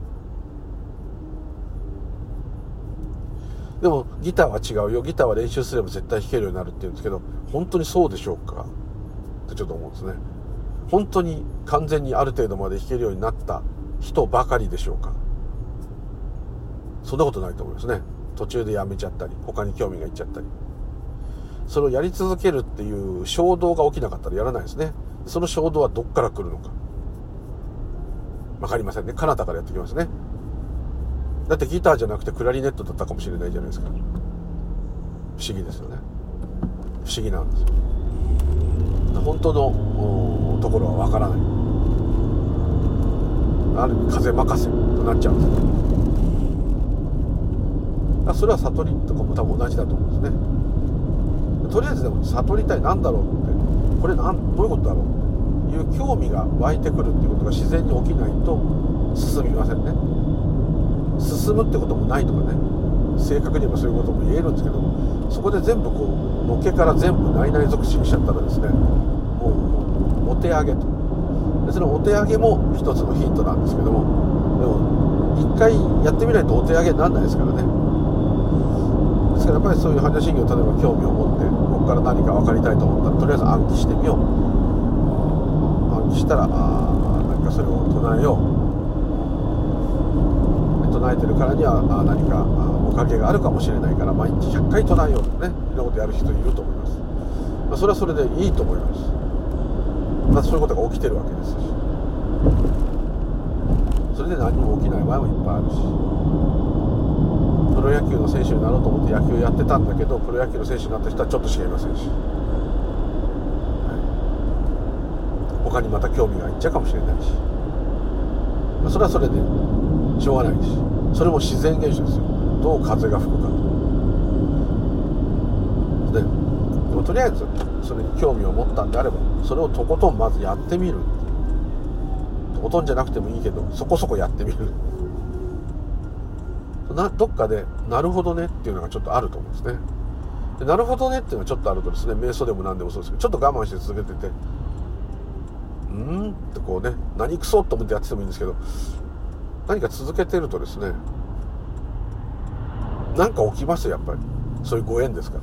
でもギターは違うよ、ギターは練習すれば絶対弾けるようになるって言うんですけど、本当にそうでしょうかってちょっと思うんですね。本当に完全にある程度まで弾けるようになった人ばかりでしょうか。そんなことないと思いますね。途中でやめちゃったり、他に興味がいっちゃったり、それをやり続けるっていう衝動が起きなかったらやらないですね。その衝動はどっから来るのか分かりませんね。彼方からやってきますね。だってギターじゃなくてクラリネットだったかもしれないじゃないですか。不思議ですよね。不思議なんですよ。本当のところは分からない。ある意味風任せとなっちゃうんですよ。だからそれは悟りとかも多分同じだと思うんですね。とりあえずでも悟りたい、なんだろうって、これどういうことだろうっていう興味が湧いてくるっていうことが自然に起きないと進みませんね。進むってこともないとかね、正確に言えばそういうことも言えるんですけど、そこで全部こうのっけから全部内々尽くしにしちゃったらですね、もうお手上げと。でそのお手上げも一つのヒントなんですけども、でも一回やってみないとお手上げにならないですからね。ですからやっぱりそういう般若心経を例えば興味を持ってここから何か分かりたいと思ったらとりあえず暗記してみよう。暗記したら何かそれを唱えよう。唱えてるからには何かおかげがあるかもしれないから毎日100回唱えようとね、いろんなことやる人いると思います。それはそれでいいと思います。まあ、そういうことが起きてるわけですし、それで何も起きない場合もいっぱいあるし、プロ野球の選手になろうと思って野球やってたんだけどプロ野球の選手になった人はちょっと知りませんし、他にまた興味がいっちゃうかもしれないし、それはそれでしょうがないし、それも自然現象ですよ。どう風が吹くかでもとりあえずそれに興味を持ったんであればそれをとことんまずやってみる。とことんじゃなくてもいいけどそこそこやってみる。どっかでなるほどねっていうのがちょっとあると思うんですね。でなるほどねっていうのがちょっとあるとですね、瞑想でも何でもそうですけど、ちょっと我慢して続けててってこうね、何クソと思ってやっててもいいんですけど、何か続けてるとですね、なんか起きますよ。やっぱりそういうご縁ですから。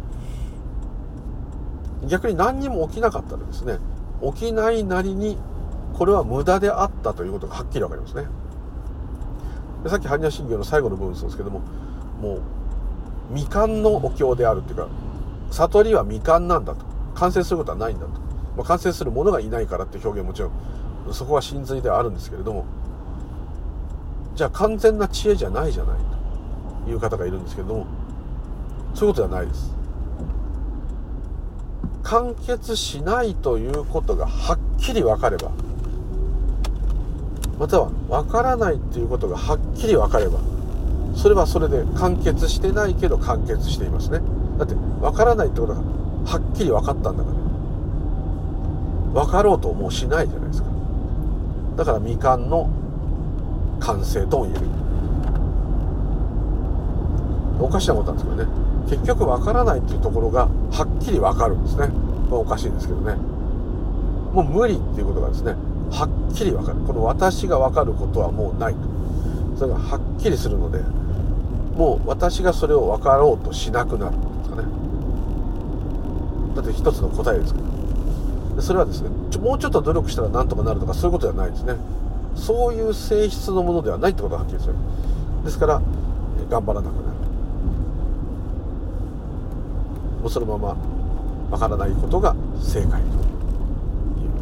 逆に何にも起きなかったらですね、起きないなりにこれは無駄であったということがはっきり分かりますね。でさっき般若心経の最後の部分そうですけども、もう未完のお経であるっていうか、悟りは未完なんだと、完成することはないんだと、完成するものがいないからっていう表現もちろんそこは真髄ではあるんですけれども、じゃあ完全な知恵じゃないじゃないという方がいるんですけれども、そういうことではないです。完結しないということがはっきり分かれば、または分からないということがはっきり分かれば、それはそれで完結してないけど完結していますね。だって分からないってことがはっきり分かったんだから、分かろうともうしないじゃないですか。だから未完の完成とも言える。おかしなことなんですけどね、結局分からないっていうところがはっきり分かるんですね。おかしいんですけどね、もう無理っていうことがですねはっきり分かる。この私が分かることはもうないと、それがはっきりするので、もう私がそれを分かろうとしなくなるんですかね。だって一つの答えですから。でそれはですね、もうちょっと努力したらなんとかなるとかそういうことではないですね。そういう性質のものではないってことがはっきりする。ですから頑張らなくなる。もうそのまま分からないことが正解という、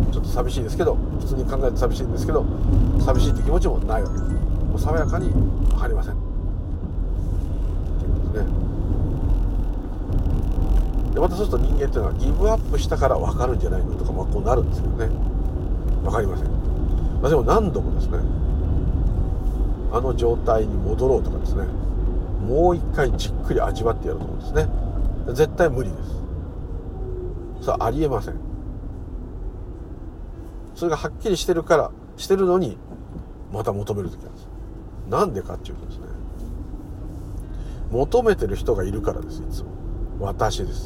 ちょっと寂しいですけど、普通に考えて寂しいんですけど、寂しいって気持ちもないわけです。もう爽やかに分かりませんということですね。でまたそうすると人間っていうのはギブアップしたから分かるんじゃないのとか、こうなるんですけどね、分かりません。でも何度もですね、あの状態に戻ろうとかですね、もう一回じっくり味わってやると思うんですね。絶対無理です。それはありえません。それがはっきりしてるから、してるのにまた求める時なんです。なんでかっていうとですね、求めてる人がいるからです。いつも私です。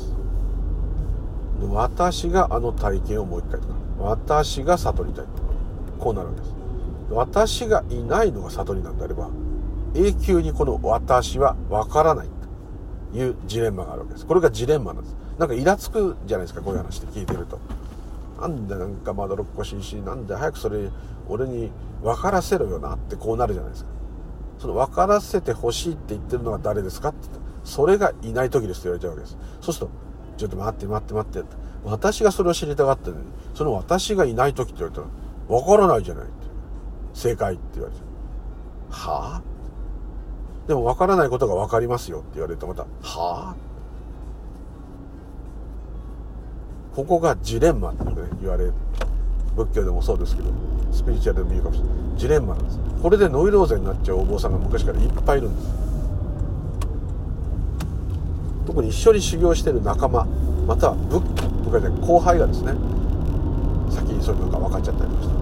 私があの体験をもう一回とか、私が悟りたいとか、こうなるわけです。私がいないのが悟りなんであれば、永久にこの私は分からないというジレンマがあるわけです。これがジレンマなんです。なんかイラつくじゃないですか、こういう話って聞いてると。なんでなんかまどろっこしいし、なんで早くそれ俺に分からせろよなってこうなるじゃないですか。その分からせてほしいって言ってるのは誰ですかって言ったら、それがいない時ですって言われちゃうわけです。そうすると、ちょっと待って私がそれを知りたがってるのに、その私がいない時って言われたら分からないじゃないって、正解って言われちゃう。はあ、でも分からないことが分かりますよって言われるとまたはあ、ここがジレンマってね言われる。仏教でもそうですけど、スピリチュアルでも言うかもしれない、ジレンマなんです。これでノイローゼになっちゃうお坊さんが昔からいっぱいいるんです。特に一緒に修行している仲間、または部下で後輩がですね、先にそういうのが分かっちゃったりとかして、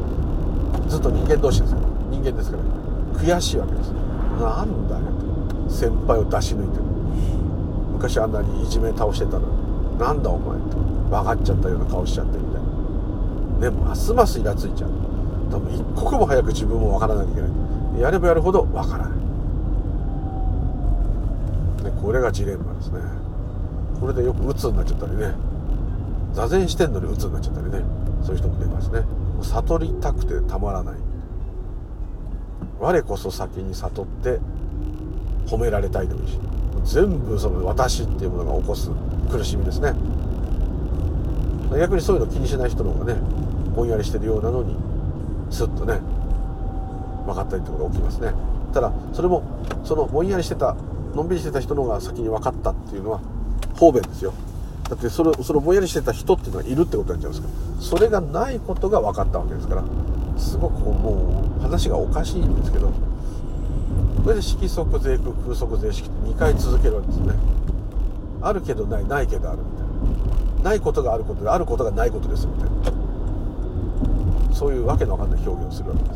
ずっと人間同士ですから、人間ですから悔しいわけです。なんだよと、先輩を出し抜いてる、昔あんなにいじめ倒してたのに、なんだお前と分かっちゃったような顔しちゃってみたいなね、ますますイラついちゃう。多分一刻も早く自分も分からなきゃいけない。やればやるほど分からない、ね、これがジレンマですね。これでよく鬱になっちゃったりね、座禅してんのに鬱になっちゃったりね、そういう人も出ますね。悟りたくてたまらない。我こそ先に悟って褒められたいでもいいし、全部その私っていうものが起こす苦しみですね。逆にそういうの気にしない人の方がね、ぼんやりしてるようなのにスッとね分かったりってことが起きますね。ただそれもそのぼんやりしてた、のんびりしてた人の方が先に分かったっていうのは方便ですよ。だってそのぼんやりしてた人っていうのはいるってことなんじゃないですか。それがないことが分かったわけですから、すごくもう話がおかしいんですけど、これで色即是空、空即是色って2回続けるわけですね。あるけどない、ないけどあるみたいな、ないことがあることで、あることがないことですみたいな、そういうわけのわかんない表現をするわけです。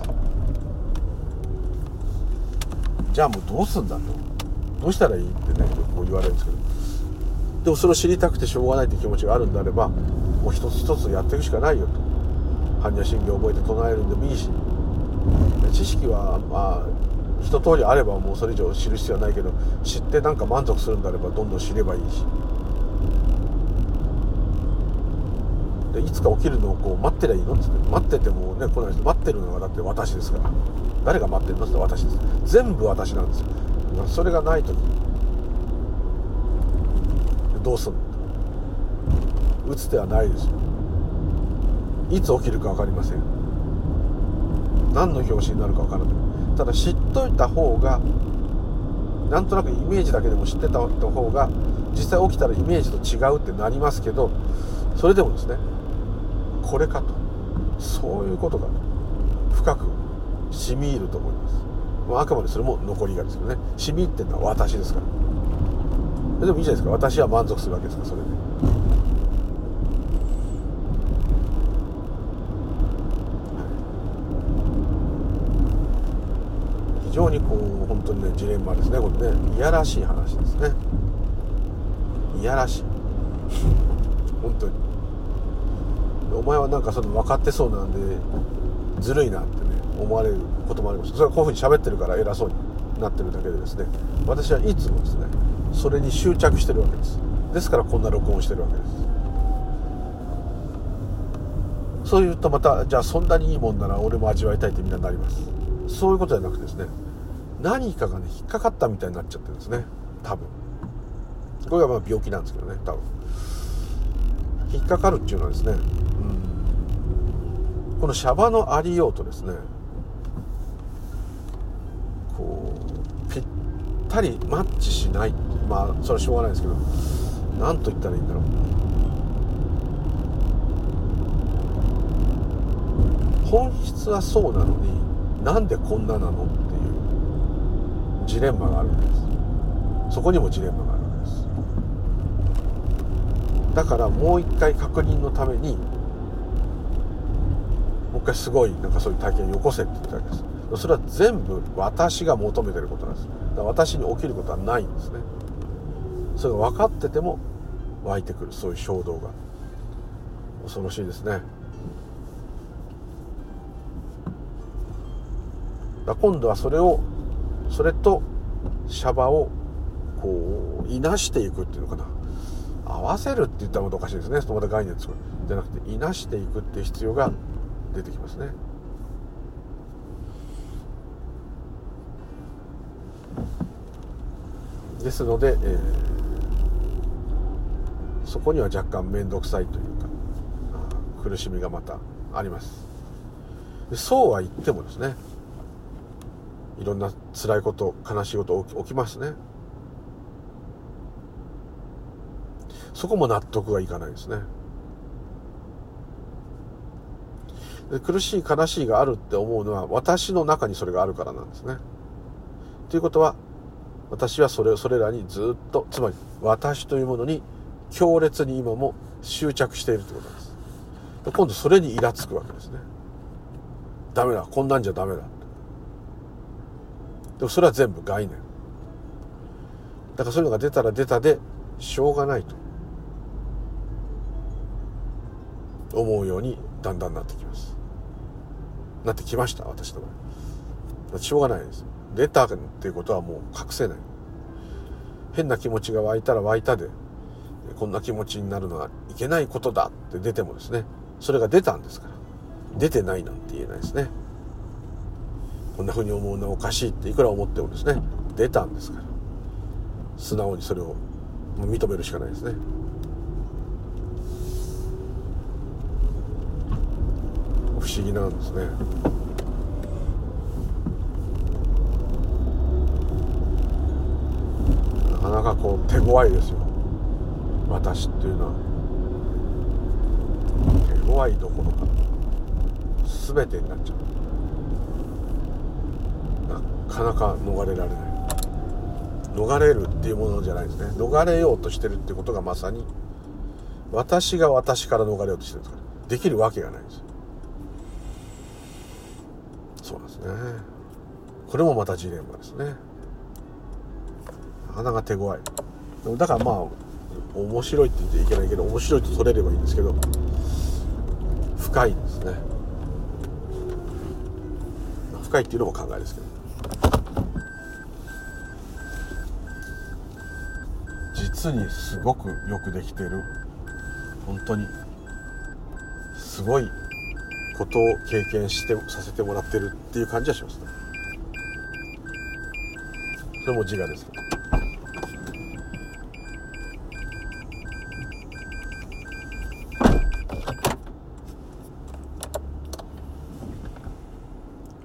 じゃあもうどうすんだと、どうしたらいいってね、こう言われるんですけど、でもそれを知りたくてしょうがないという気持ちがあるんであれば、もう一つ一つやっていくしかないよと。般若心経を覚えて唱えるんでもいいし、知識はまあ一通りあればもうそれ以上知る必要はないけど、知ってなんか満足するんであればどんどん知ればいいし、でいつか起きるのをこう待ってりゃいいのって言って、待っててもね来ない人、待ってるのはだって私ですから、誰が待ってるのって言ったら私です。全部私なんですよ。それがないときどうすんの、打つ手はないですよ。いつ起きるか分かりません。何の拍子になるか分からない。ただ知っといた方が、なんとなくイメージだけでも知ってた方が、実際起きたらイメージと違うってなりますけど、それでもですね、これかと、そういうことが深く染み入ると思います。あくまでそれも残りがですけどね、染み入ってるのは私ですから。でもいいじゃないですか。私は満足するわけですから、それで。非常にこう本当にねジレンマですね、これね。いやらしい話ですね。いやらしい本当に。お前はなんかその分かってそうなんでずるいなってね思われることもあります。それはこういうふうに喋ってるから偉そうになってるだけでですね、私はいつもですねそれに執着してるわけです。ですからこんな録音してるわけです。そう言うとまた、じゃあそんなにいいもんなら俺も味わいたいってみんなになります。そういうことじゃなくてですね、何かがね引っかかったみたいになっちゃってるんですね、多分。これがまあ病気なんですけどね、多分。引っかかるっていうのはですね、このシャバのありようとですね、こうぴったりマッチしない。まあそれはしょうがないですけど、何と言ったらいいんだろう。本質はそうなのになんでこんななのっていうジレンマがあるんです。そこにもジレンマがあるんです。だからもう一回確認のためにもう一回すごいなんかそういう体験をよこせって言ったわけです。それは全部私が求めてることなんです。だから私に起きることはないんですね。それが分かってても湧いてくる、そういう衝動が恐ろしいですね。だから今度はそれとシャバをこういなしていくっていうのかな、合わせるって言ったらまたおかしいですね。また概念作るじゃなくていなしていくっていう必要が出てきますね。ですので、そこには若干面倒くさいというか苦しみがまたあります。でそうは言ってもですね、いろんな辛いこと悲しいこと起きますね。そこも納得がいかないですね。で苦しい悲しいがあるって思うのは私の中にそれがあるからなんですね。ということは私はそれらにずっと、つまり私というものに強烈に今も執着しているということです。で今度それにイラつくわけですね。ダメだ、こんなんじゃダメだ。でもそれは全部概念だから、そういうのが出たら出たでしょうがないと思うようにだんだんなってきました。私の場合しょうがないです。出たっていうことはもう隠せない。変な気持ちが湧いたら湧いたで、こんな気持ちになるのはいけないことだって出てもですね、それが出たんですから、出てないなんて言えないですね。こんな風に思うのはおかしいっていくら思ってもですね、出たんですから素直にそれを認めるしかないですね。不思議なんですね。なかなかこう手強いですよ、私っていうのは。手強いどころか全てになっちゃう。なかなか逃れられない。逃れるっていうものじゃないですね。逃れようとしてるってことがまさに私が私から逃れようとしてるんですから、できるわけがないんですよ。そうなんですね。これもまたジレンマですね。なかなか手強い。だからまあ面白いって言っていけないけど、面白いと取れればいいんですけど、深いですね。深いっていうのも考えですけど、実にすごくよくできている、本当にすごいことを経験させてもらってるっていう感じはしますね。それも自我です。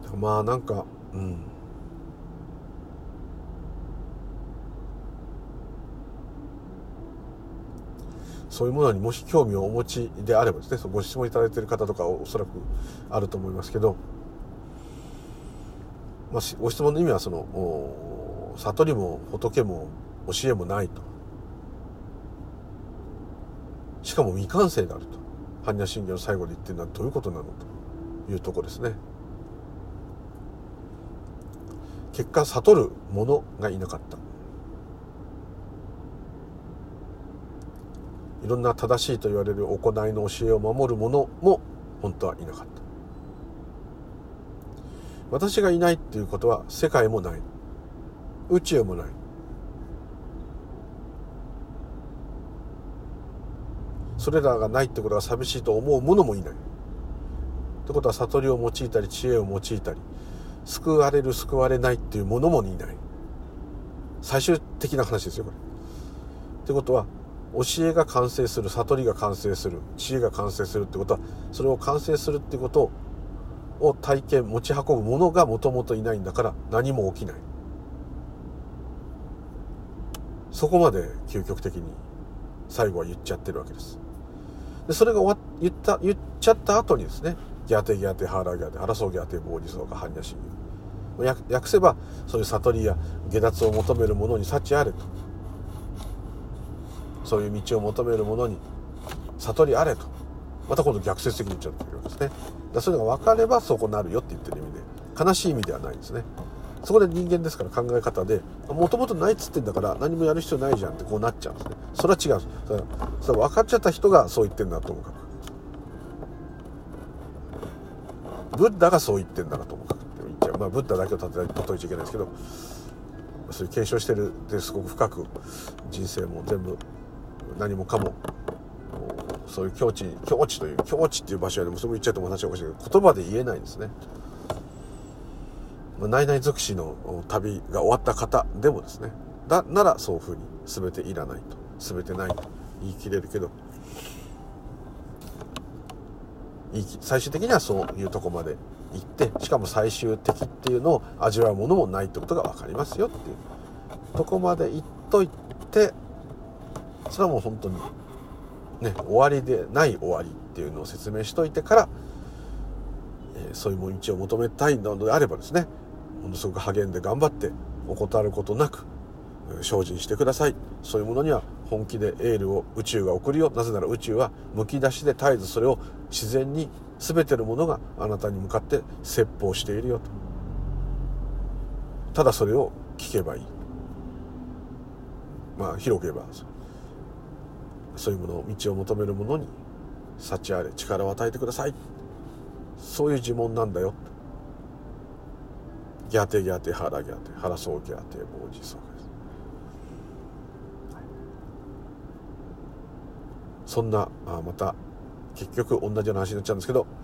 まあなんかそういうものにもし興味をお持ちであればですね、そのご質問いただいている方とかおそらくあると思いますけど、ご質問の意味は悟りも仏も教えもないと、しかも未完成であると般若心経の最後で言ってるのはどういうことなのというところですね。結果悟る者がいなかった。いろんな正しいと言われる行いの教えを守る者も本当はいなかった。私がいないっていうことは世界もない、宇宙もない。それらがないってことが寂しいと思う者もいない。ってことは悟りを用いたり知恵を用いたり救われる救われないっていうものもいない。最終的な話ですよこれ。ってことは教えが完成する、悟りが完成する、知恵が完成するってことは、それを完成するってことを体験持ち運ぶものがもともといないんだから何も起きない。そこまで究極的に最後は言っちゃってるわけです。でそれが言っちゃった後にですね、ギャテギャテハラギャテハラソギャテボーリソーが般若心経、訳せばそういう悟りや解脱を求める者に幸あれと、そういう道を求める者に悟りあれと、また今度逆説的に言っちゃってるわけですね。それが分かればそうなるよって言ってる意味で、悲しい意味ではないんですね。そこで人間ですから考え方でもともとないっつってんだから何もやる必要ないじゃんってこうなっちゃうんですね。それは違うんです。それは分かっちゃった人がそう言ってんだともかく、ブッダがそう言ってんだなともかくって言っちゃう。ブッダだけを例えちゃいけないですけど、そういう継承してるですごく深く人生も全部何もかもそういう境地っていう場所でもそれも言っちゃうと話がおかしいけど、言葉で言えないんですね。内々尽くしの旅が終わった方でもですね、ならそういうふうに全ていらないと、全てないと言い切れるけど、最終的にはそういうとこまで行って、しかも最終的っていうのを味わうものもないってことが分かりますよっていうとこまで行っといて、それはもう本当にね、終わりでない終わりっていうのを説明しといてから、そういう道を求めたいのであればですね、ものすごく励んで頑張って怠ることなく精進してください。そういうものには本気でエールを宇宙が送るよ。なぜなら宇宙はむき出しで絶えずそれを自然に全てのものがあなたに向かって説法しているよと。ただそれを聞けばいい。広く言えばそういうもの、道を求めるものに幸あれ、力を与えてください。そういう呪文なんだよ。ギャテギャテハラギャテハラソーギャテボージソーです。そんなまた結局同じような話になっちゃうんですけど、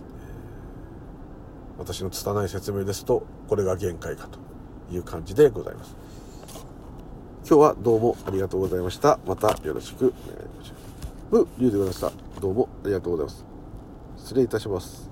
私の拙い説明ですとこれが限界かという感じでございます。今日はどうもありがとうございました。またよろしくお願いします。龍でございました。どうもありがとうございます。失礼いたします。